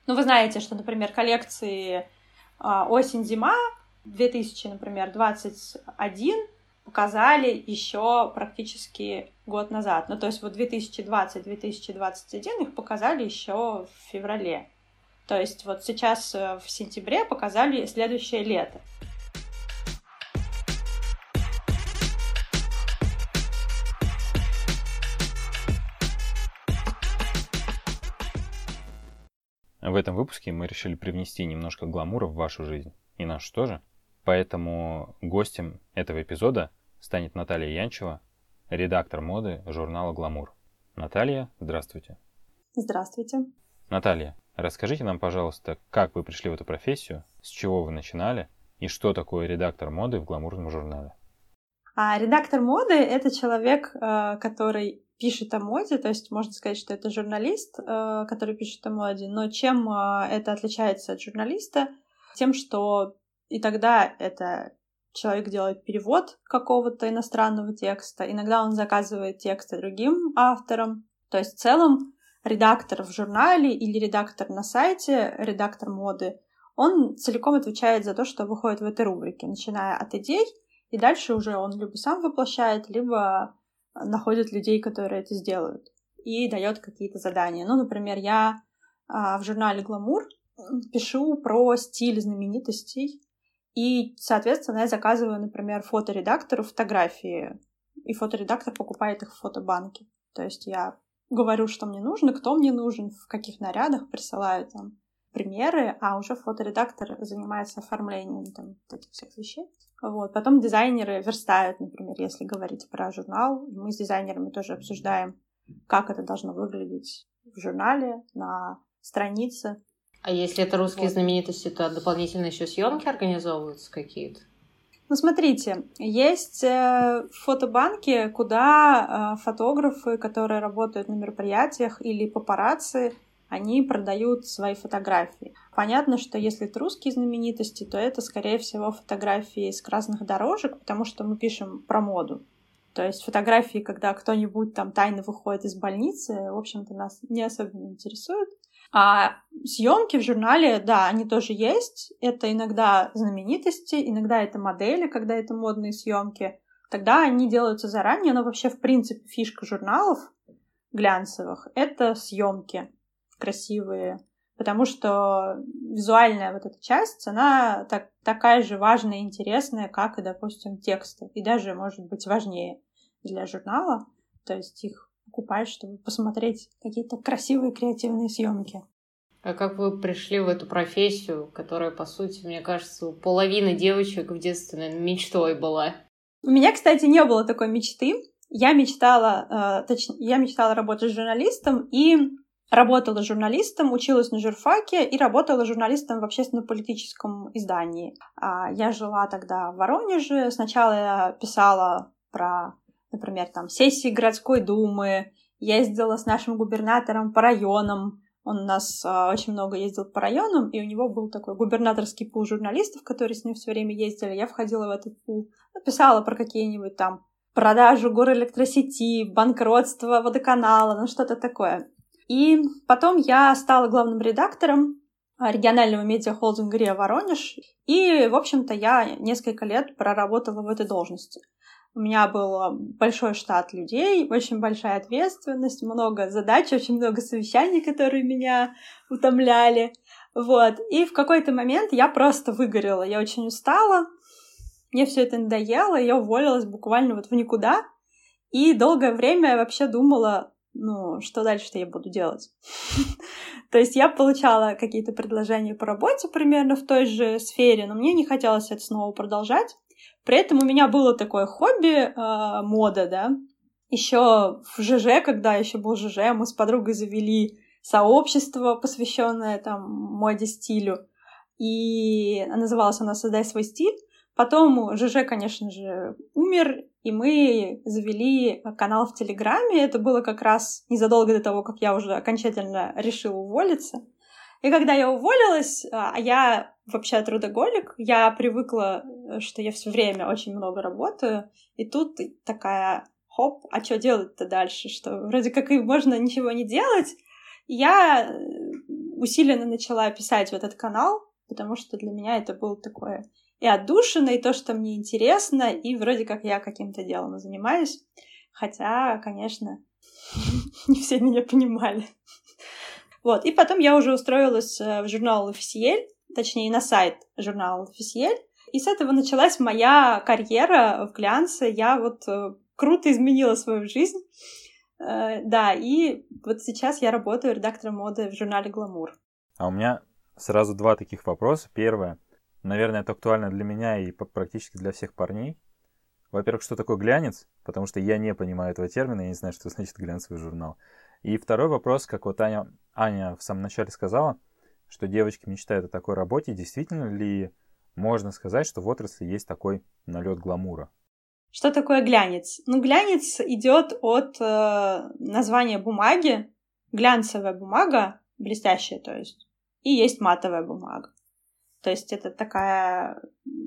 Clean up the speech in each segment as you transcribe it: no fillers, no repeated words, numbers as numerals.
Ну, вы знаете, что, например, коллекции осень-зима 2000, например, 21 показали еще практически год назад. Ну, то есть вот 2020-2021 их показали еще в феврале. То есть вот сейчас в сентябре показали следующее лето. В этом выпуске мы решили привнести немножко гламура в вашу жизнь, и нашу тоже. Поэтому гостем этого эпизода станет Наталья Янчева, редактор моды журнала «Гламур». Наталья, здравствуйте. Здравствуйте. Наталья, расскажите нам, пожалуйста, как вы пришли в эту профессию, с чего вы начинали и что такое редактор моды в гламурном журнале? Редактор моды — это человек, который пишет о моде, то есть можно сказать, что это журналист, который пишет о моде, но чем это отличается от журналиста? Тем, что и тогда это человек делает перевод какого-то иностранного текста, иногда он заказывает тексты другим авторам, то есть в целом редактор в журнале или редактор на сайте, редактор моды, он целиком отвечает за то, что выходит в этой рубрике, начиная от идей, и дальше уже он либо сам воплощает, либо находит людей, которые это сделают, и дает какие-то задания. Ну, например, я в журнале «Гламур» пишу про стиль знаменитостей, и, соответственно, я заказываю, например, фоторедактору фотографии, и фоторедактор покупает их в фотобанке. То есть я говорю, что мне нужно, кто мне нужен, в каких нарядах, присылаю там примеры, а уже фоторедактор занимается оформлением там этих всех вещей. Вот. Потом дизайнеры верстают, например, если говорить про журнал. Мы с дизайнерами тоже обсуждаем, как это должно выглядеть в журнале, на странице. А если это русские знаменитости, то дополнительно еще съемки организовываются какие-то? Ну, смотрите, есть фотобанки, куда фотографы, которые работают на мероприятиях, или папарацци, они продают свои фотографии. Понятно, что если это русские знаменитости, то это, скорее всего, фотографии с красных дорожек, потому что мы пишем про моду. То есть фотографии, когда кто-нибудь там тайно выходит из больницы, в общем-то, нас не особенно интересуют. А съемки в журнале, да, они тоже есть. Это иногда знаменитости, иногда это модели, когда это модные съемки. Тогда они делаются заранее, но вообще, в принципе, фишка журналов глянцевых — это съемки красивые, потому что визуальная вот эта часть, она такая же важная и интересная, как и, допустим, тексты, и даже, может быть, важнее для журнала. То есть их покупаешь, чтобы посмотреть какие-то красивые креативные съемки. А как вы пришли в эту профессию, которая, по сути, мне кажется, у половины девочек в детстве, наверное, мечтой была? У меня, кстати, не было такой мечты. Я мечтала работать журналистом и работала журналистом, училась на журфаке и работала журналистом в общественно-политическом издании. Я жила тогда в Воронеже. Сначала я писала про, например, там, сессии городской думы, ездила с нашим губернатором по районам. Он у нас очень много ездил по районам, и у него был такой губернаторский пул журналистов, которые с ним все время ездили. Я входила в этот пул, писала про какие-нибудь там продажу горэлектросети, банкротство водоканала, ну что-то такое. И потом я стала главным редактором регионального медиахолдинга РИА Воронеж, и, в общем-то, я несколько лет проработала в этой должности. У меня был большой штат людей, очень большая ответственность, много задач, очень много совещаний, которые меня утомляли. Вот. И в какой-то момент я просто выгорела, я очень устала, мне все это надоело, я уволилась буквально вот в никуда, и долгое время я вообще думала, что дальше-то я буду делать? То есть я получала какие-то предложения по работе примерно в той же сфере, но мне не хотелось это снова продолжать. При этом у меня было такое хобби, мода, да. Еще в ЖЖ, когда еще был ЖЖ, мы с подругой завели сообщество, посвященное там моде, стилю. И называлось оно «Создай свой стиль». Потом ЖЖ, конечно же, умер, и мы завели канал в Телеграме. Это было как раз незадолго до того, как я уже окончательно решила уволиться. И когда я уволилась, а я вообще трудоголик, я привыкла, что я все время очень много работаю, и тут такая, хоп, а что делать-то дальше? Что вроде как и можно ничего не делать. Я усиленно начала писать в этот канал, потому что для меня это было такое и отдушина, и то, что мне интересно, и вроде как я каким-то делом занимаюсь. Хотя, конечно, не все меня понимали. Вот. И потом я уже устроилась в журнал «L'Officiel», точнее, на сайт журнала «L'Officiel». И с этого началась моя карьера в глянце. Я вот круто изменила свою жизнь. Да, и вот сейчас я работаю редактором моды в журнале «Гламур». А у меня сразу два таких вопроса. Первое. Наверное, это актуально для меня и практически для всех парней. Во-первых, что такое глянец? Потому что я не понимаю этого термина, я не знаю, что значит глянцевый журнал. И второй вопрос, как вот Аня в самом начале сказала, что девочки мечтают о такой работе. Действительно ли можно сказать, что в отрасли есть такой налет гламура? Что такое глянец? Ну, глянец идет от названия бумаги. Глянцевая бумага, блестящая, то есть, и есть матовая бумага. То есть это такая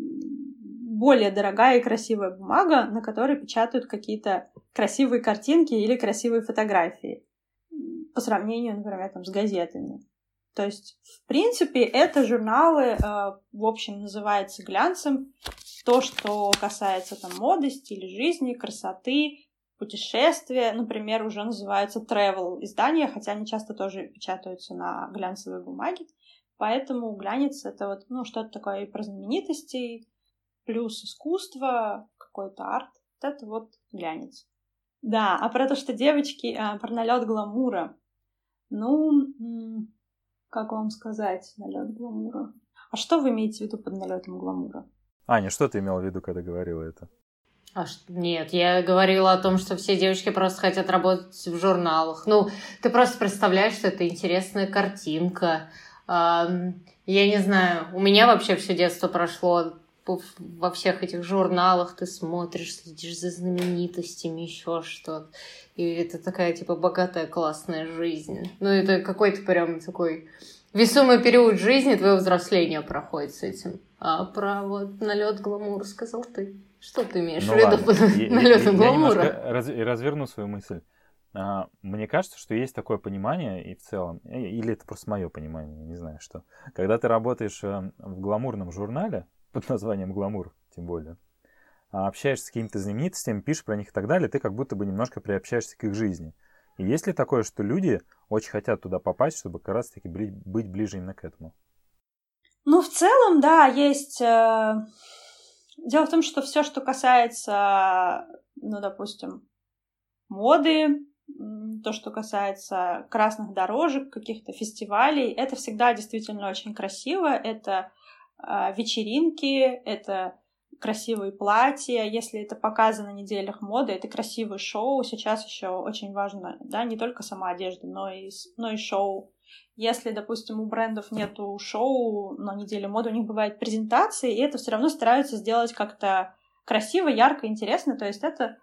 более дорогая и красивая бумага, на которой печатают какие-то красивые картинки или красивые фотографии по сравнению, например, там, с газетами. То есть, в принципе, это журналы, в общем, называется глянцем. То, что касается там моды, стиля жизни, красоты, путешествия, например, уже называются travel издания, хотя они часто тоже печатаются на глянцевой бумаге. Поэтому глянец — это вот, ну, что-то такое и про знаменитостей, плюс искусство, какой-то арт. Вот это вот глянец. Да, а про то, что девочки, про налет гламура. Ну, как вам сказать, налет гламура? А что вы имеете в виду под налетом гламура? Аня, что ты имела в виду, когда говорила это? Нет, я говорила о том, что все девочки просто хотят работать в журналах. Ну, ты просто представляешь, что это интересная картинка. Я не знаю, у меня вообще все детство прошло во всех этих журналах. Ты смотришь, следишь за знаменитостями, еще что-то. И это такая, типа, богатая, классная жизнь. Ну, это какой-то прям такой весомый период жизни твоего взросления проходит с этим. А про вот налет гламура сказал ты. Что ты имеешь в виду под налетом гламура? Я немножко разверну свою мысль. Мне кажется, что есть такое понимание, и в целом, или это просто мое понимание, не знаю что. Когда ты работаешь в гламурном журнале, под названием «Гламур», тем более, общаешься с какими-то знаменитостями, пишешь про них и так далее, ты как будто бы немножко приобщаешься к их жизни. И есть ли такое, что люди очень хотят туда попасть, чтобы как раз-таки быть ближе именно к этому? Ну, в целом, да, есть... Дело в том, что все, что касается, ну, допустим, моды, то, что касается красных дорожек, каких-то фестивалей, это всегда действительно очень красиво. Это вечеринки, это красивые платья. Если это показано на неделях моды, это красивые шоу. Сейчас еще очень важно, да, не только сама одежда, но и шоу. Если, допустим, у брендов нету шоу на неделе моды, у них бывают презентации, и это все равно стараются сделать как-то красиво, ярко, интересно. То есть это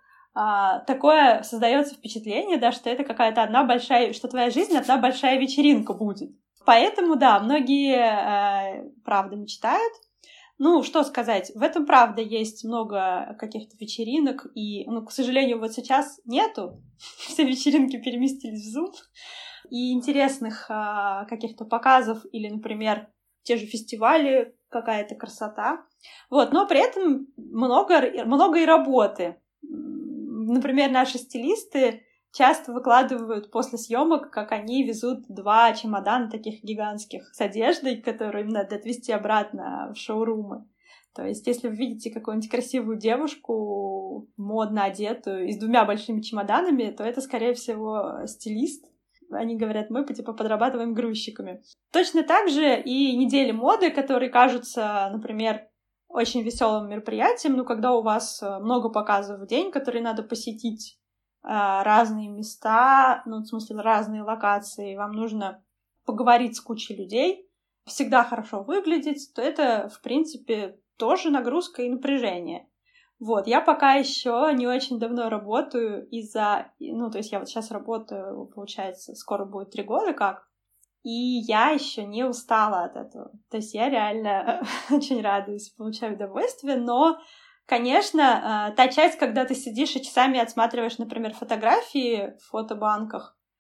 такое создается впечатление, да, что это какая-то что твоя жизнь одна большая вечеринка будет. Поэтому, да, многие, правда, мечтают. Ну, что сказать, в этом, правда, есть много каких-то вечеринок, и, ну, к сожалению, вот сейчас нету. Все вечеринки переместились в Zoom. И интересных каких-то показов или, например, те же фестивали, какая-то красота. Вот, но при этом много и работы. Например, наши стилисты часто выкладывают после съемок, как они везут 2 чемодана таких гигантских с одеждой, которую им надо отвезти обратно в шоурумы. То есть, если вы видите какую-нибудь красивую девушку, модно одетую, и с 2 большими чемоданами, то это, скорее всего, стилист. Они говорят, мы типа подрабатываем грузчиками. Точно так же и недели моды, которые кажутся, например, очень веселым мероприятием, но когда у вас много показов в день, которые надо посетить, разные места, ну, в смысле, разные локации, вам нужно поговорить с кучей людей, всегда хорошо выглядеть, то это, в принципе, тоже нагрузка и напряжение. Вот, я пока еще не очень давно работаю ну, то есть я вот сейчас работаю, получается, скоро будет 3 года как, и я еще не устала от этого. То есть я реально очень радуюсь, получаю удовольствие, но, конечно, та часть, когда ты сидишь и часами отсматриваешь, например, фотографии в фотобанках,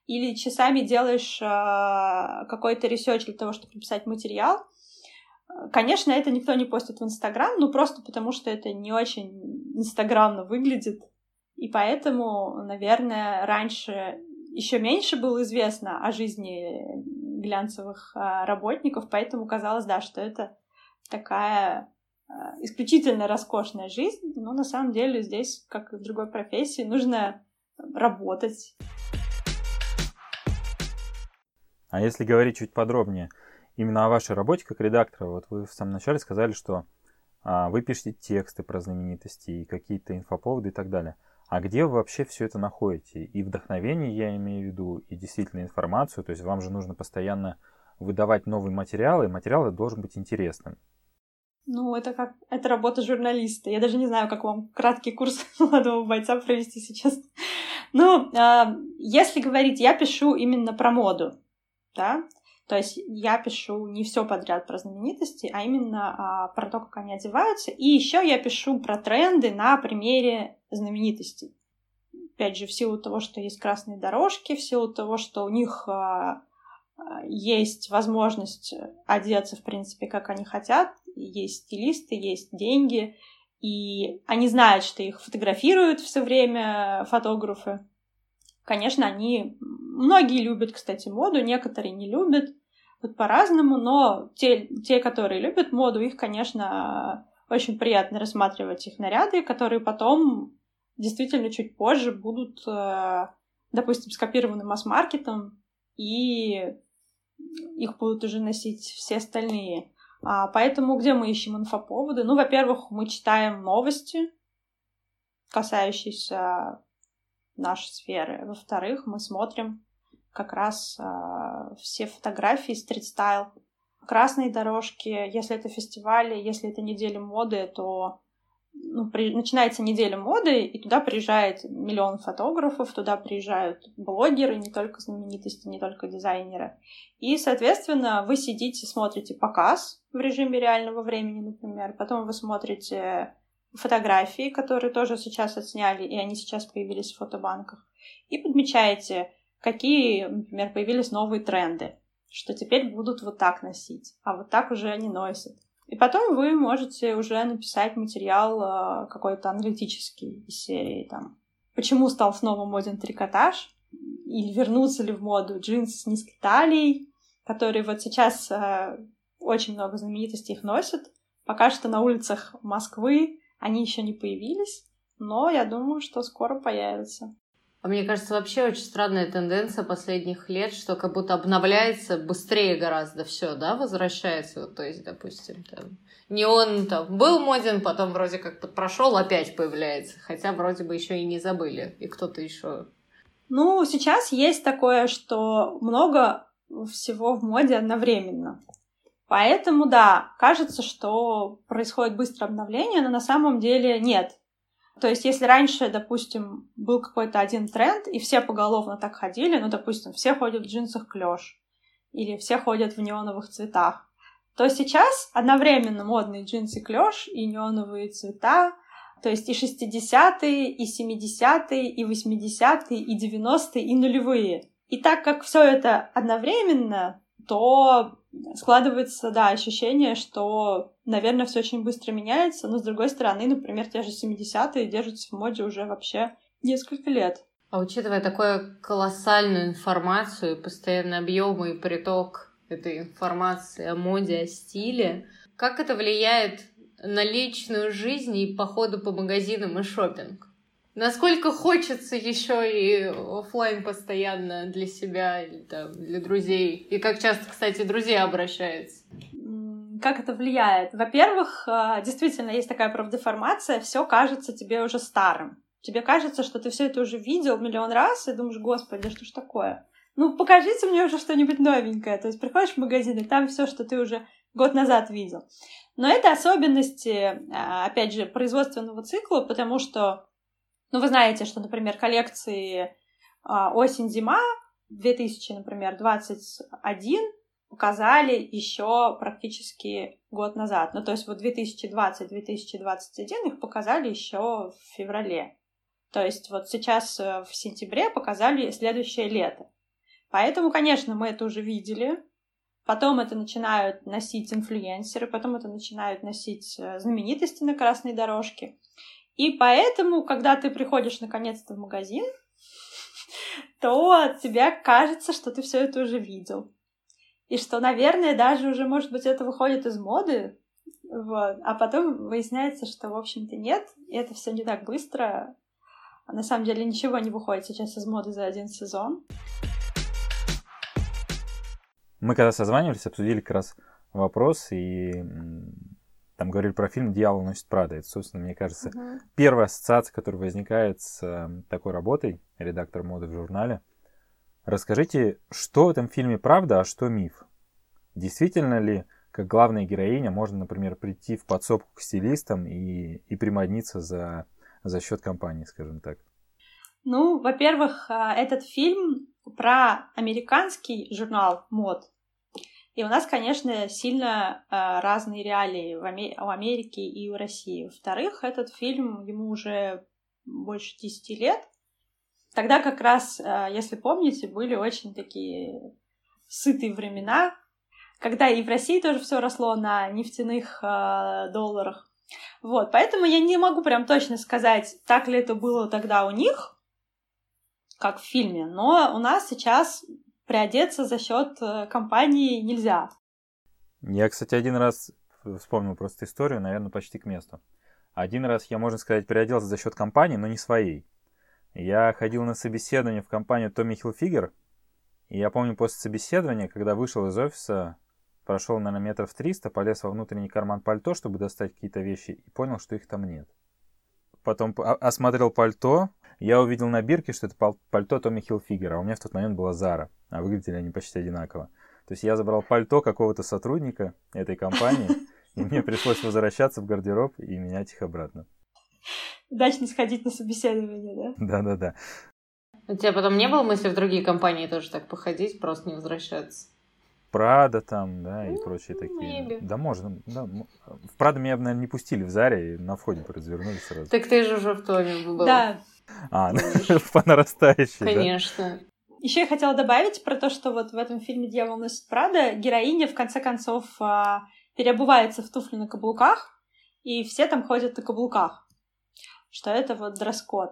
или часами делаешь какой-то ресерч для того, чтобы написать материал, конечно, это никто не постит в Инстаграм, ну просто потому, что это не очень инстаграмно выглядит. И поэтому, наверное, раньше еще меньше было известно о жизни глянцевых работников, поэтому казалось, да, что это такая исключительно роскошная жизнь, но на самом деле здесь, как и в другой профессии, нужно работать. А если говорить чуть подробнее именно о вашей работе как редактора, вот вы в самом начале сказали, что вы пишете тексты про знаменитости и какие-то инфоповоды и так далее. А где вы вообще все это находите? И вдохновение, я имею в виду, и действительно информацию. То есть вам же нужно постоянно выдавать новые материалы, и материал должен быть интересным. Ну, это работа журналиста. Я даже не знаю, как вам краткий курс молодого бойца провести сейчас. Ну, если говорить, я пишу именно про моду, да? То есть я пишу не все подряд про знаменитости, а именно про то, как они одеваются. И еще я пишу про тренды на примере знаменитостей. Опять же, в силу того, что есть красные дорожки, в силу того, что у них есть возможность одеться, в принципе, как они хотят. Есть стилисты, есть деньги. И они знают, что их фотографируют все время фотографы. Конечно, многие любят, кстати, моду, некоторые не любят. Вот по-разному, но те, которые любят моду, их, конечно, очень приятно рассматривать их наряды, которые потом действительно чуть позже будут, допустим, скопированы масс-маркетом, и их будут уже носить все остальные. Поэтому где мы ищем инфоповоды? Ну, во-первых, мы читаем новости, касающиеся нашей сферы. Во-вторых, мы смотрим как раз все фотографии стрит-стайл, красные дорожки. Если это фестивали, если это неделя моды, то начинается неделя моды, и туда приезжает миллион фотографов, туда приезжают блогеры, не только знаменитости, не только дизайнеры. И, соответственно, вы сидите, смотрите показ в режиме реального времени, например, потом вы смотрите фотографии, которые тоже сейчас отсняли, и они сейчас появились в фотобанках, и подмечаете, какие, например, появились новые тренды, что теперь будут вот так носить, а вот так уже не носят. И потом вы можете уже написать материал какой-то аналитический из серии, там, почему стал снова моден трикотаж, или вернутся ли в моду джинсы с низкой талией, которые вот сейчас очень много знаменитостей их носят. Пока что на улицах Москвы они еще не появились, но я думаю, что скоро появятся. А мне кажется, вообще очень странная тенденция последних лет, что как будто обновляется быстрее гораздо все, да, возвращается. Вот, то есть, допустим, там, неон там был моден, потом вроде как прошел, опять появляется. Хотя вроде бы еще и не забыли, и кто-то еще. Ну, сейчас есть такое, что много всего в моде одновременно. Поэтому, да, кажется, что происходит быстрое обновление, но на самом деле нет. То есть, если раньше, допустим, был какой-то один тренд, и все поголовно так ходили, ну, допустим, все ходят в джинсах клёш, или все ходят в неоновых цветах, то сейчас одновременно модные джинсы клёш и неоновые цвета, то есть и 60-е, и 70-е, и 80-е, и 90-е, и нулевые. И так как все это одновременно, то складывается, да, ощущение, что, наверное, все очень быстро меняется, но, с другой стороны, например, те же 70-е держатся в моде уже вообще несколько лет. А учитывая такую колоссальную информацию, постоянный объем и приток этой информации о моде, о стиле, как это влияет на личную жизнь и походы по магазинам и шопинг? Насколько хочется еще и офлайн постоянно для себя или там, для друзей? И как часто, кстати, друзья обращаются? Как это влияет? Во-первых, действительно, есть такая профдеформация, все кажется тебе уже старым. Тебе кажется, что ты все это уже видел миллион раз, и думаешь, господи, что ж такое? Ну, покажите мне уже что-нибудь новенькое. То есть приходишь в магазин, и там все, что ты уже год назад видел. Но это особенности, опять же, производственного цикла, потому что ну, вы знаете, что, например, коллекции осень-зима 2021 показали еще практически год назад. Ну, то есть вот 2020-2021 их показали еще в феврале. То есть вот сейчас в сентябре показали следующее лето. Поэтому, конечно, мы это уже видели. Потом это начинают носить инфлюенсеры, потом это начинают носить знаменитости на красной дорожке. И поэтому, когда ты приходишь наконец-то в магазин, то тебе кажется, что ты все это уже видел. И что, наверное, даже уже, может быть, это выходит из моды, вот. А потом выясняется, что, в общем-то, нет, и это все не так быстро. На самом деле ничего не выходит сейчас из моды за один сезон. Мы когда созванивались, обсудили как раз вопрос, и там говорили про фильм «Дьявол носит Прада». Это, собственно, мне кажется, первая ассоциация, которая возникает с такой работой, редактор моды в журнале. Расскажите, что в этом фильме правда, а что миф? Действительно ли, как главная героиня, можно, например, прийти в подсобку к стилистам и приманиться за счет компании, скажем так? Ну, во-первых, этот фильм про американский журнал мод. И у нас, конечно, сильно разные реалии в Америке и в России. Во-вторых, этот фильм, ему уже больше 10 лет. Тогда как раз, если помните, были очень такие сытые времена, когда и в России тоже все росло на нефтяных долларах. Вот, поэтому я не могу прям точно сказать, так ли это было тогда у них, как в фильме, но у нас сейчас приодеться за счет компании нельзя. Я, кстати, один раз вспомнил просто историю, наверное, почти к месту. Один раз я, можно сказать, приоделся за счет компании, но не своей. Я ходил на собеседование в компанию Tommy Hilfiger, и я помню после собеседования, когда вышел из офиса, прошел, наверное, метров 300, полез во внутренний карман пальто, чтобы достать какие-то вещи, и понял, что их там нет. Потом осмотрел пальто, я увидел на бирке, что это пальто Tommy Hilfiger, а у меня в тот момент была Zara, а выглядели они почти одинаково. То есть я забрал пальто какого-то сотрудника этой компании, и мне пришлось возвращаться в гардероб и менять их обратно. Удачно сходить на собеседование, да? Да. У тебя потом не было мысли в другие компании тоже так походить, просто не возвращаться? Прада там, да, и прочие такие. Maybe. Да, можно. Да. В Прада меня, наверное, не пустили в Заре, и на входе развернули сразу. Так ты же уже в Томе был. Да. По нарастающей, конечно. Да? Еще я хотела добавить про то, что вот в этом фильме «Дьявол носит Прада» героиня, в конце концов, переобувается в туфли на каблуках, и все там ходят на каблуках, что это вот дресс-код.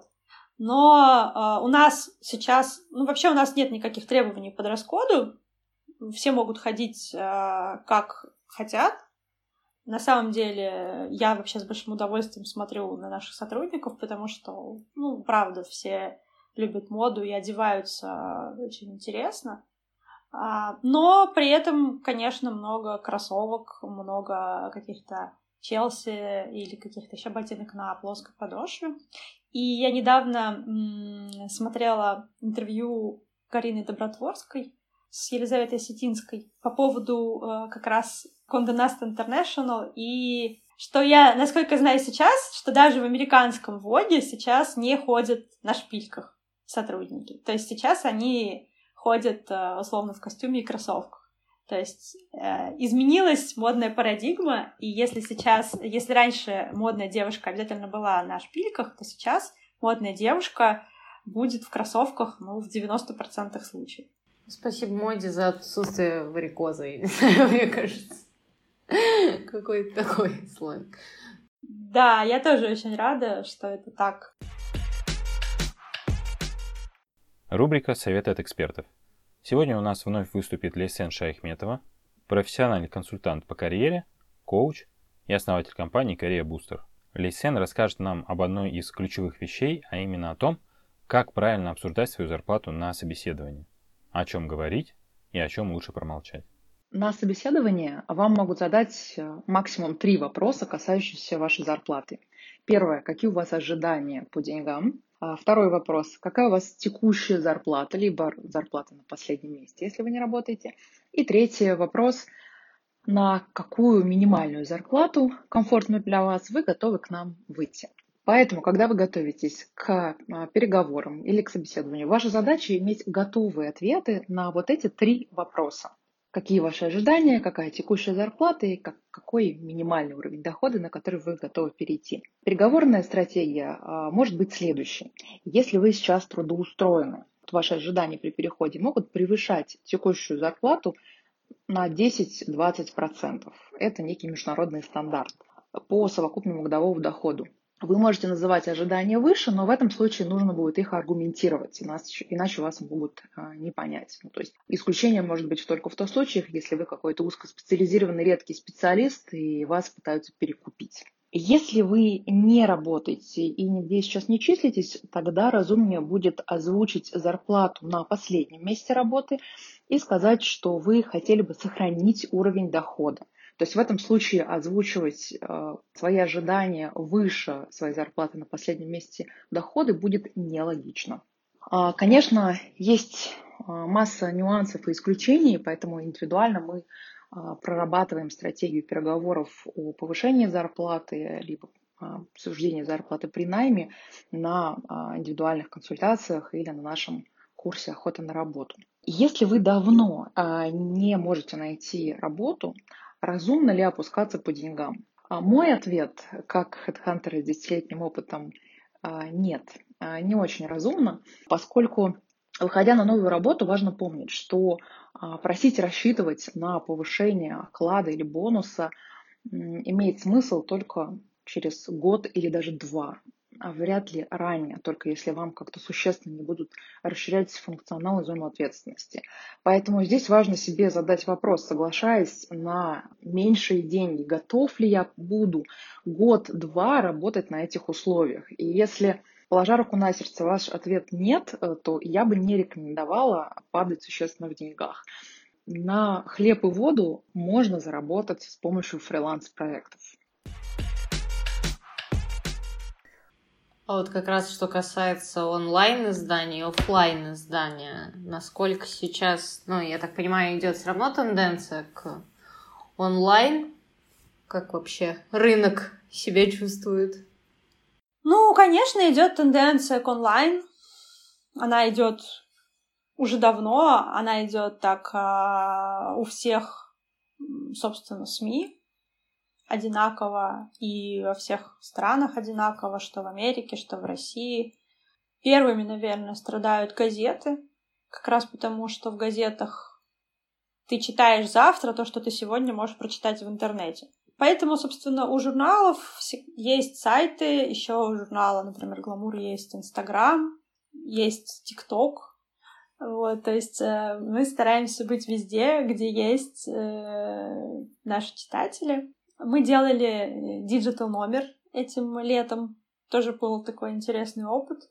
Но у нас сейчас... Ну, вообще у нас нет никаких требований по дресс-коду. Все могут ходить как хотят. На самом деле, я вообще с большим удовольствием смотрю на наших сотрудников, потому что, ну, правда, все любят моду и одеваются очень интересно. Но при этом, конечно, много кроссовок, много каких-то Челси или каких-то еще ботинок на плоской подошве. И я недавно смотрела интервью Карины Добротворской с Елизаветой Осетинской по поводу как раз Condé Nast International, и что я, насколько знаю сейчас, что даже в американском Воге сейчас не ходят на шпильках сотрудники. То есть сейчас они ходят условно в костюме и кроссовках. То есть изменилась модная парадигма, и если раньше модная девушка обязательно была на шпильках, то сейчас модная девушка будет в кроссовках, ну, в 90% случаев. Спасибо моде за отсутствие варикоза, я не знаю, мне кажется. Какой-то такой сленг. Да, я тоже очень рада, что это так. Рубрика «Советы от экспертов». Сегодня у нас вновь выступит Лейсен Шаяхметова, профессиональный консультант по карьере, коуч и основатель компании Career Booster. Лейсен расскажет нам об одной из ключевых вещей, а именно о том, как правильно обсуждать свою зарплату на собеседовании, о чем говорить и о чем лучше промолчать. На собеседовании вам могут задать максимум 3 вопроса, касающиеся вашей зарплаты. Первое, какие у вас ожидания по деньгам? Второй вопрос, какая у вас текущая зарплата, либо зарплата на последнем месте, если вы не работаете. И третий вопрос, на какую минимальную зарплату, комфортную для вас, вы готовы к нам выйти. Поэтому, когда вы готовитесь к переговорам или к собеседованию, ваша задача иметь готовые ответы на вот эти 3 вопроса. Какие ваши ожидания, какая текущая зарплата и какой минимальный уровень дохода, на который вы готовы перейти. Переговорная стратегия может быть следующей. Если вы сейчас трудоустроены, ваши ожидания при переходе могут превышать текущую зарплату на 10-20%. Это некий международный стандарт по совокупному годовому доходу. Вы можете называть ожидания выше, но в этом случае нужно будет их аргументировать, иначе вас могут не понять. То есть исключение может быть только в том случае, если вы какой-то узкоспециализированный редкий специалист и вас пытаются перекупить. Если вы не работаете и нигде сейчас не числитесь, тогда разумнее будет озвучить зарплату на последнем месте работы и сказать, что вы хотели бы сохранить уровень дохода. То есть в этом случае озвучивать свои ожидания выше своей зарплаты на последнем месте дохода будет нелогично. Конечно, есть масса нюансов и исключений, поэтому индивидуально мы прорабатываем стратегию переговоров о повышении зарплаты, либо обсуждении зарплаты при найме на индивидуальных консультациях или на нашем курсе «Охота на работу». Если вы давно не можете найти работу, разумно ли опускаться по деньгам? Мой ответ, как хедхантера с 10-летним опытом, нет, не очень разумно, поскольку, выходя на новую работу, важно помнить, что просить рассчитывать на повышение оклада или бонуса имеет смысл только через год или даже 2, а вряд ли ранее, только если вам как-то существенно не будут расширять функционал и зону ответственности. Поэтому здесь важно себе задать вопрос, соглашаясь на меньшие деньги, готов ли я буду год-два работать на этих условиях. И если, положа руку на сердце, ваш ответ нет, то я бы не рекомендовала падать существенно в деньгах. На хлеб и воду можно заработать с помощью фриланс-проектов. А вот как раз что касается онлайн-издания и офлайн-издания, насколько сейчас, я так понимаю, идет все равно тенденция к онлайн? Как вообще рынок себя чувствует? Конечно, идет тенденция к онлайн. Она идет уже давно, она идет так у всех, собственно, СМИ одинаково и во всех странах одинаково, что в Америке, что в России. Первыми, наверное, страдают газеты, как раз потому, что в газетах ты читаешь завтра то, что ты сегодня можешь прочитать в интернете. Поэтому, собственно, у журналов есть сайты, еще у журнала, например, «Гламур» есть Инстаграм, есть ТикТок. То есть мы стараемся быть везде, где есть наши читатели. Мы делали диджитал номер этим летом. Тоже был такой интересный опыт,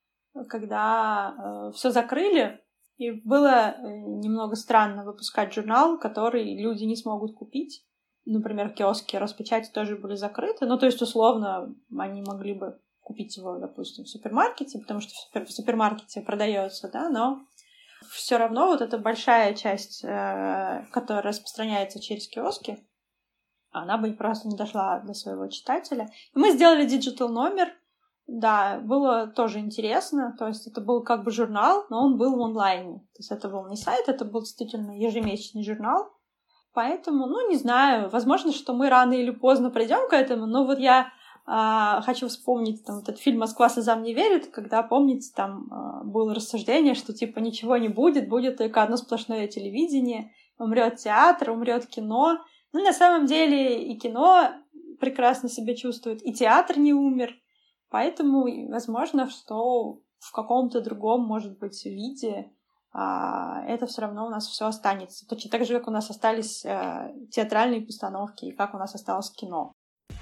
когда все закрыли, и было немного странно выпускать журнал, который люди не смогут купить. Например, киоски Роспечати тоже были закрыты. То есть, условно, они могли бы купить его, допустим, в супермаркете, потому что в супермаркете продается, да, но все равно вот эта большая часть, которая распространяется через киоски, она бы просто не дошла до своего читателя. И мы сделали диджитал номер. Да, было тоже интересно. То есть это был как бы журнал, но он был в онлайне. То есть это был не сайт, это был действительно ежемесячный журнал. Поэтому, не знаю, возможно, что мы рано или поздно придем к этому, но вот я хочу вспомнить этот фильм «Москва слезам не верит», когда, помните, там было рассуждение, что типа ничего не будет, будет только одно сплошное телевидение, умрет театр, умрет кино. На самом деле и кино прекрасно себя чувствует, и театр не умер. Поэтому, возможно, что в каком-то другом, может быть, виде это все равно у нас все останется. Точно так же, как у нас остались театральные постановки и как у нас осталось кино.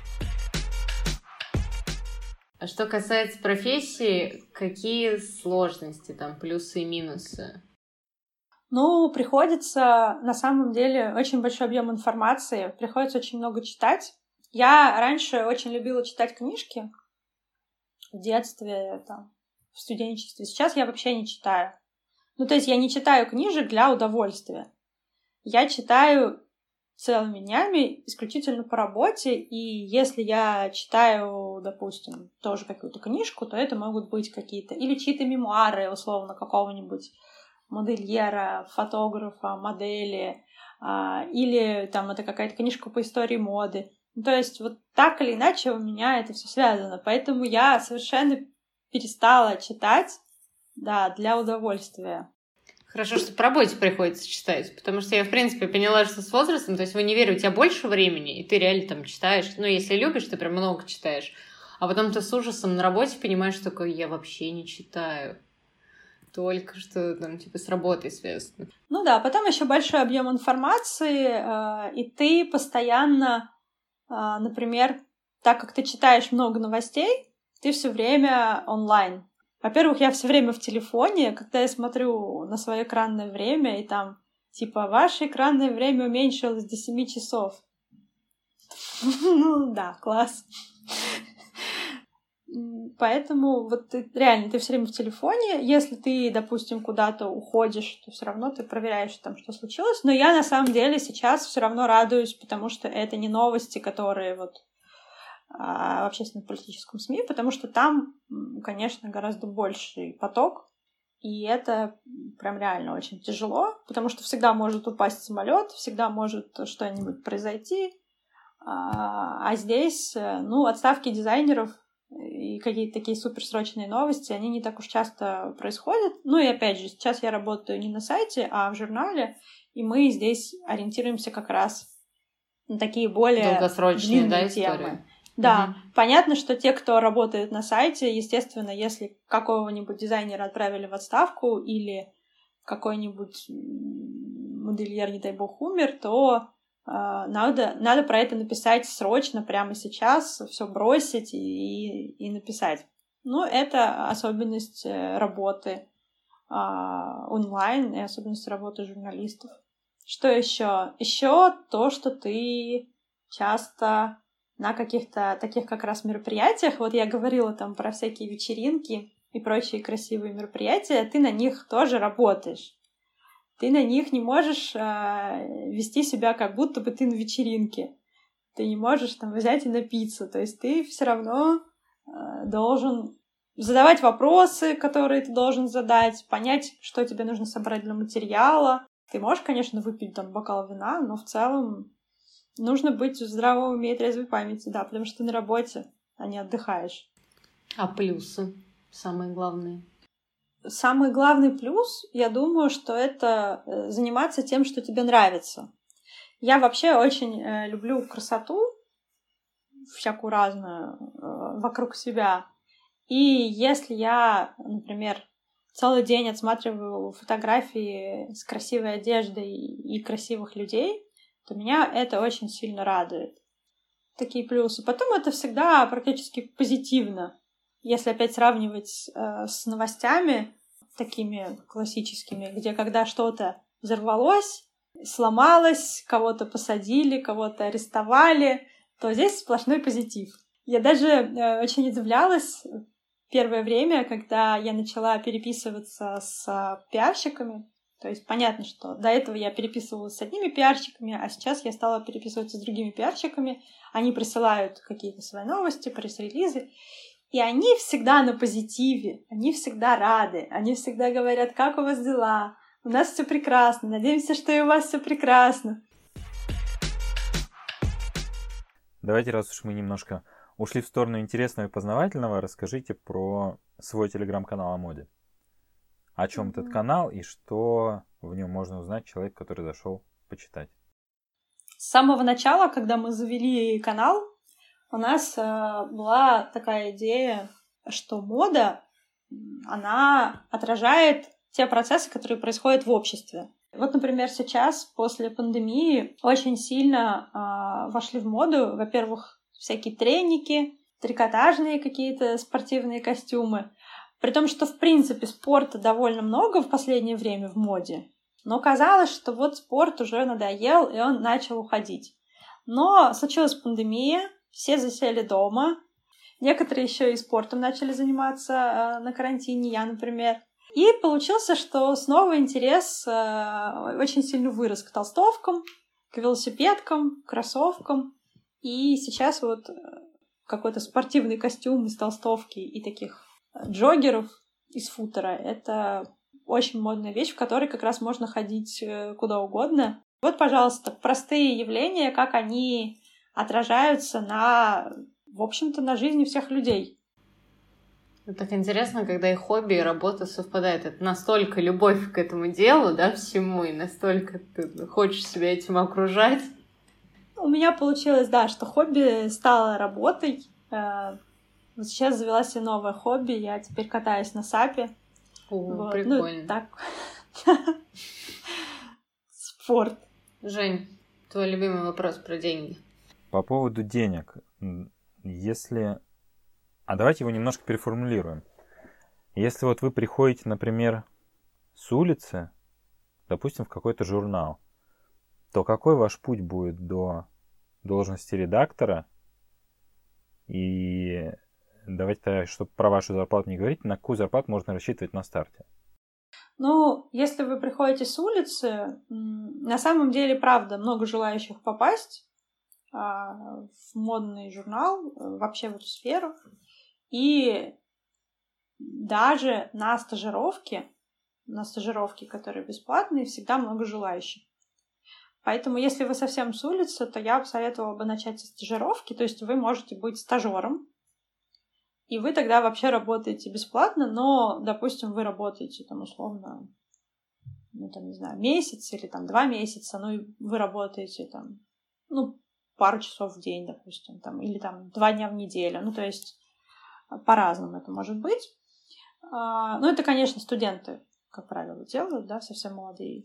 А что касается профессии, какие сложности, там, плюсы и минусы? Приходится, на самом деле, очень большой объем информации, приходится очень много читать. Я раньше очень любила читать книжки в детстве, в студенчестве. Сейчас я вообще не читаю. То есть я не читаю книжек для удовольствия. Я читаю целыми днями исключительно по работе, и если я читаю, допустим, тоже какую-то книжку, то это могут быть какие-то или чьи-то мемуары, условно, какого-нибудь модельера, фотографа, модели, или это какая-то книжка по истории моды. То есть вот так или иначе у меня это все связано. Поэтому я совершенно перестала читать да, для удовольствия. Хорошо, что по работе приходится читать, потому что я, в принципе, поняла, что с возрастом, то есть в универе у тебя больше времени, и ты реально там читаешь, ну, если любишь, ты прям много читаешь, а потом ты с ужасом на работе понимаешь, что такое, я вообще не читаю, только что там, типа, с работой связано. Ну да, потом еще большой объем информации, и ты постоянно, например, так как ты читаешь много новостей, ты все время онлайн. Во-первых, я все время в телефоне, когда я смотрю на свое экранное время, и там, типа, ваше экранное время уменьшилось до 7 часов. Ну да, класс. Поэтому вот реально ты все время в телефоне. Если ты, допустим, куда-то уходишь, то все равно ты проверяешь там, что случилось. Но я на самом деле сейчас все равно радуюсь, потому что это не новости, которые вот в общественно-политическом СМИ, потому что там, конечно, гораздо больший поток, и это прям реально очень тяжело, потому что всегда может упасть самолет, всегда может что-нибудь произойти, а здесь, ну, отставки дизайнеров и какие-то такие суперсрочные новости, они не так уж часто происходят. Ну и опять же, сейчас я работаю не на сайте, а в журнале, и мы здесь ориентируемся как раз на такие более долгосрочные, длинные темы. Да, понятно, что те, кто работает на сайте, естественно, если какого-нибудь дизайнера отправили в отставку или какой-нибудь модельер, не дай бог, умер, то надо про это написать срочно, прямо сейчас, все бросить и написать. Ну, это особенность работы онлайн и особенность работы журналистов. Что еще? Еще то, что ты часто на каких-то таких как раз мероприятиях, вот я говорила там про всякие вечеринки и прочие красивые мероприятия, ты на них тоже работаешь. Ты на них не можешь вести себя, как будто бы ты на вечеринке. Ты не можешь там взять и напиться. То есть ты все равно должен задавать вопросы, которые ты должен задать, понять, что тебе нужно собрать для материала. Ты можешь, конечно, выпить там бокал вина, но в целом нужно быть в здравом уме и трезвой памяти, да, потому что ты на работе, а не отдыхаешь. А плюсы самые главные? Самый главный плюс, я думаю, что это заниматься тем, что тебе нравится. Я вообще очень люблю красоту, всякую разную, вокруг себя. И если я, например, целый день отсматриваю фотографии с красивой одеждой и красивых людей, то меня это очень сильно радует. Такие плюсы. Потом это всегда практически позитивно. Если опять сравнивать с новостями такими классическими, где когда что-то взорвалось, сломалось, кого-то посадили, кого-то арестовали, то здесь сплошной позитив. Я даже очень удивлялась первое время, когда я начала переписываться с пиарщиками. То есть понятно, что до этого я переписывалась с одними пиарщиками, а сейчас я стала переписываться с другими пиарщиками. Они присылают какие-то свои новости, пресс-релизы. И они всегда на позитиве, они всегда рады, они всегда говорят, как у вас дела, у нас все прекрасно, надеемся, что и у вас все прекрасно. Давайте, раз уж мы немножко ушли в сторону интересного и познавательного, расскажите про свой телеграм-канал о моде. О чем этот канал и что в нем можно узнать человек, который зашел почитать. С самого начала, когда мы завели канал, у нас была такая идея, что мода, она отражает те процессы, которые происходят в обществе. Вот, например, сейчас, после пандемии, очень сильно вошли в моду, во-первых, всякие треники, трикотажные какие-то спортивные костюмы. При том, что, в принципе, спорта довольно много в последнее время в моде. Но казалось, что вот спорт уже надоел, и он начал уходить. Но случилась пандемия, все засели дома. Некоторые еще и спортом начали заниматься на карантине, я, например. И получился, что снова интерес очень сильно вырос к толстовкам, к велосипедкам, к кроссовкам. И сейчас вот какой-то спортивный костюм из толстовки и таких джоггеров из футера — это очень модная вещь, в которой как раз можно ходить куда угодно. Вот, пожалуйста, простые явления, как они отражаются в общем-то, на жизни всех людей. Так интересно, когда и хобби, и работа совпадают. Это настолько любовь к этому делу, да, всему, и настолько ты хочешь себя этим окружать. У меня получилось, да, что хобби стало работой. Вот сейчас завела себе новое хобби. Я теперь катаюсь на сапе. Вот. Прикольно. Ну, так. Спорт. Жень, твой любимый вопрос про деньги. По поводу денег. Если... А давайте его немножко переформулируем. Если вот вы приходите, например, с улицы, допустим, в какой-то журнал, то какой ваш путь будет до должности редактора? И давайте, чтобы про вашу зарплату не говорить, на какую зарплату можно рассчитывать на старте? Ну, если вы приходите с улицы, на самом деле, правда, много желающих попасть в модный журнал, вообще в эту сферу. И даже на стажировки, которые бесплатные, всегда много желающих. Поэтому, если вы совсем с улицы, то я бы советовала бы начать со стажировки. То есть вы можете быть стажером, и вы тогда вообще работаете бесплатно, но, допустим, вы работаете там условно, ну там, не знаю, месяц или там 2 месяца, ну и вы работаете там, ну, пару часов в день, допустим, там, или там 2 дня в неделю. Ну, то есть по-разному это может быть. Ну, это, конечно, студенты, как правило, делают, да, совсем молодые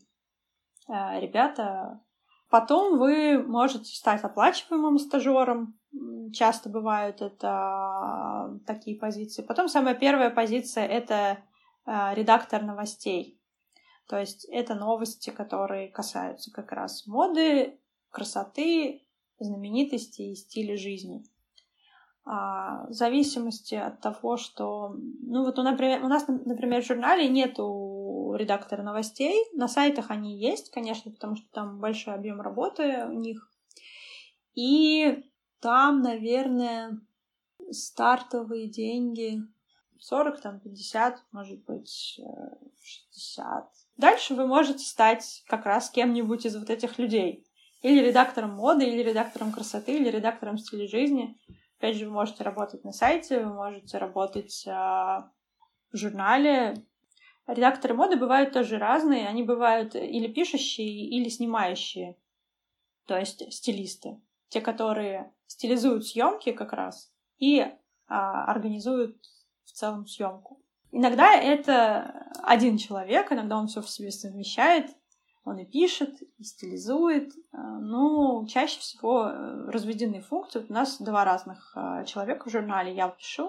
ребята. Потом вы можете стать оплачиваемым стажером. Часто бывают это такие позиции. Потом самая первая позиция — это редактор новостей. То есть это новости, которые касаются как раз моды, красоты, знаменитостей и стиля жизни. В зависимости от того, что... Ну вот, например, у нас, например, в журнале нету редактора новостей. На сайтах они есть, конечно, потому что там большой объем работы у них. И там, наверное, стартовые деньги 40, там, 50, может быть, 60. Дальше вы можете стать как раз кем-нибудь из вот этих людей. Или редактором моды, или редактором красоты, или редактором стиля жизни. Опять же, вы можете работать на сайте, вы можете работать в журнале. Редакторы моды бывают тоже разные. Они бывают или пишущие, или снимающие. То есть стилисты. Те, которые стилизуют съемки как раз и организуют в целом съемку. Иногда это один человек, иногда он все в себе совмещает. Он и пишет, и стилизует. Ну, чаще всего разведены функции. У нас 2 разных человека в журнале. Я пишу,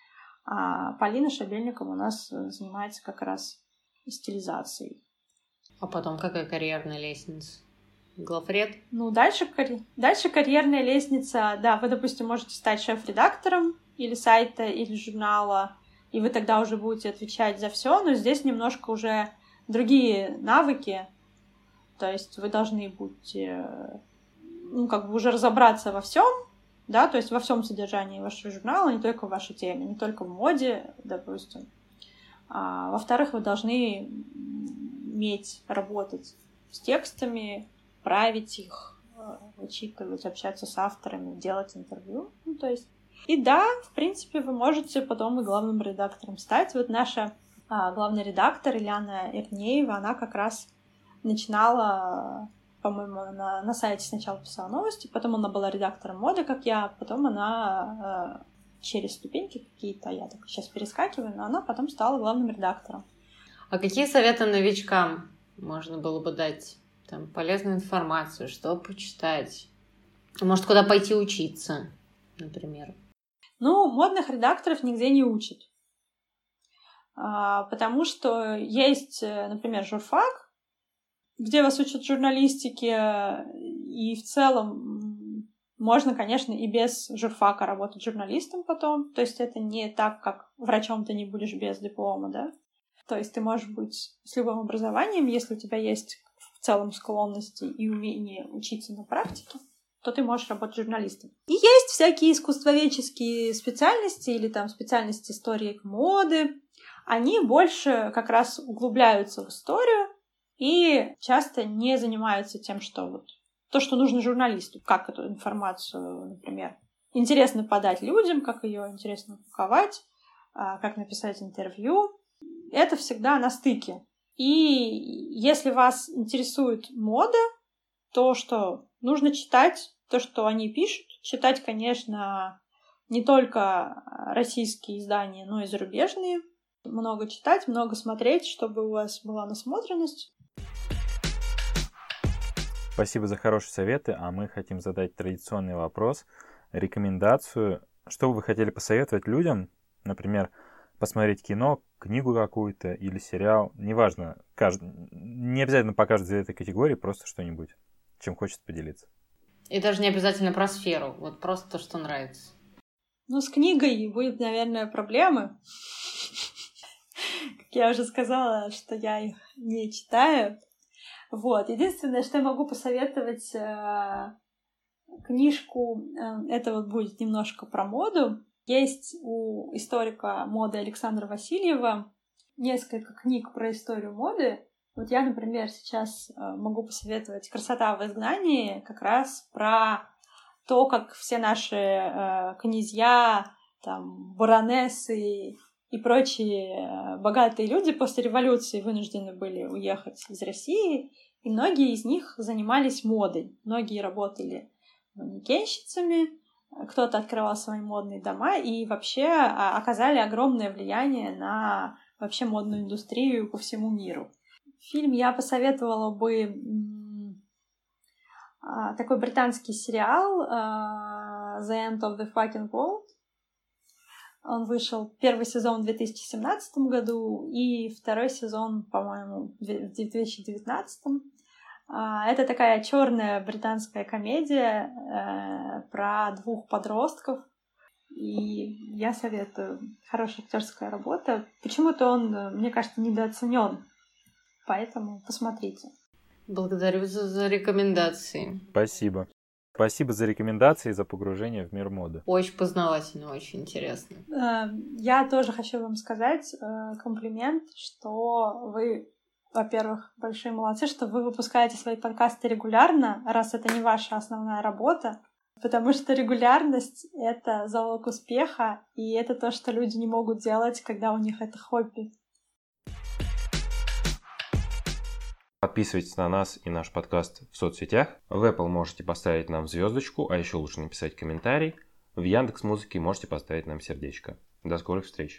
а Полина Шабельникова у нас занимается как раз стилизацией. А потом какая карьерная лестница? Главред? Ну, дальше карьерная лестница. Да, вы, допустим, можете стать шеф-редактором или сайта, или журнала, и вы тогда уже будете отвечать за все, но здесь немножко уже другие навыки. То есть вы должны будете, ну, как бы уже разобраться во всем, да, то есть во всем содержании вашего журнала, не только в вашей теме, не только в моде, допустим. Во-вторых, вы должны уметь работать с текстами, править их, вычитывать, общаться с авторами, делать интервью. Ну, то есть... И да, в принципе, вы можете потом и главным редактором стать. Вот наша главный редактор Ильяна Эрнеева, она как раз начинала, по-моему, на сайте сначала писала новости, потом она была редактором моды, как я, потом она через ступеньки какие-то, я так сейчас перескакиваю, но она потом стала главным редактором. А какие советы новичкам можно было бы дать? Там, полезную информацию, что почитать? Может, куда пойти учиться, например? Ну, модных редакторов нигде не учат. Потому что есть, например, журфак, где вас учат журналистике, и в целом можно, конечно, и без журфака работать журналистом потом. То есть это не так, как врачом ты не будешь без диплома, да? То есть ты можешь быть с любым образованием, если у тебя есть в целом склонности и умение учиться на практике, то ты можешь работать журналистом. И есть всякие искусствоведческие специальности или там специальности истории моды. Они больше как раз углубляются в историю и часто не занимаются тем, что вот то, что нужно журналисту, как эту информацию, например, интересно подать людям, как ее интересно упаковать, как написать интервью. Это всегда на стыке. И если вас интересует мода, то, что нужно читать, то, что они пишут, читать, конечно, не только российские издания, но и зарубежные. Много читать, много смотреть, чтобы у вас была насмотренность. Спасибо за хорошие советы, а мы хотим задать традиционный вопрос, рекомендацию. Что бы вы хотели посоветовать людям, например, посмотреть кино, книгу какую-то или сериал, неважно, не обязательно по каждой этой категории, просто что-нибудь, чем хочет поделиться. И даже не обязательно про сферу, вот просто то, что нравится. Ну, с книгой будет, наверное, проблемы. Как я уже сказала, что я их не читаю. Вот. Единственное, что я могу посоветовать, книжку, это вот будет немножко про моду. Есть у историка моды Александра Васильева несколько книг про историю моды. Вот я, например, сейчас могу посоветовать «Красота в изгнании», как раз про то, как все наши князья, там, баронессы и прочие богатые люди после революции вынуждены были уехать из России, и многие из них занимались модой. Многие работали манекенщицами, кто-то открывал свои модные дома и вообще оказали огромное влияние на вообще модную индустрию по всему миру. Фильм я посоветовала бы такой британский сериал The End of the Fucking World. Он вышел первый сезон в 2017 году и второй сезон, по-моему, в 2019. Это такая черная британская комедия про двух подростков. И я советую. Хорошая актерская работа. Почему-то он, мне кажется, недооценен. Поэтому посмотрите. Благодарю за рекомендации. Спасибо. Спасибо за рекомендации и за погружение в мир моды. Очень познавательно, очень интересно. Я тоже хочу вам сказать комплимент, что вы, во-первых, большие молодцы, что вы выпускаете свои подкасты регулярно, раз это не ваша основная работа, потому что регулярность — это залог успеха, и это то, что люди не могут делать, когда у них это хобби. Подписывайтесь на нас и наш подкаст в соцсетях. В Apple можете поставить нам звездочку, а еще лучше написать комментарий. В Яндекс.Музыке можете поставить нам сердечко. До скорых встреч!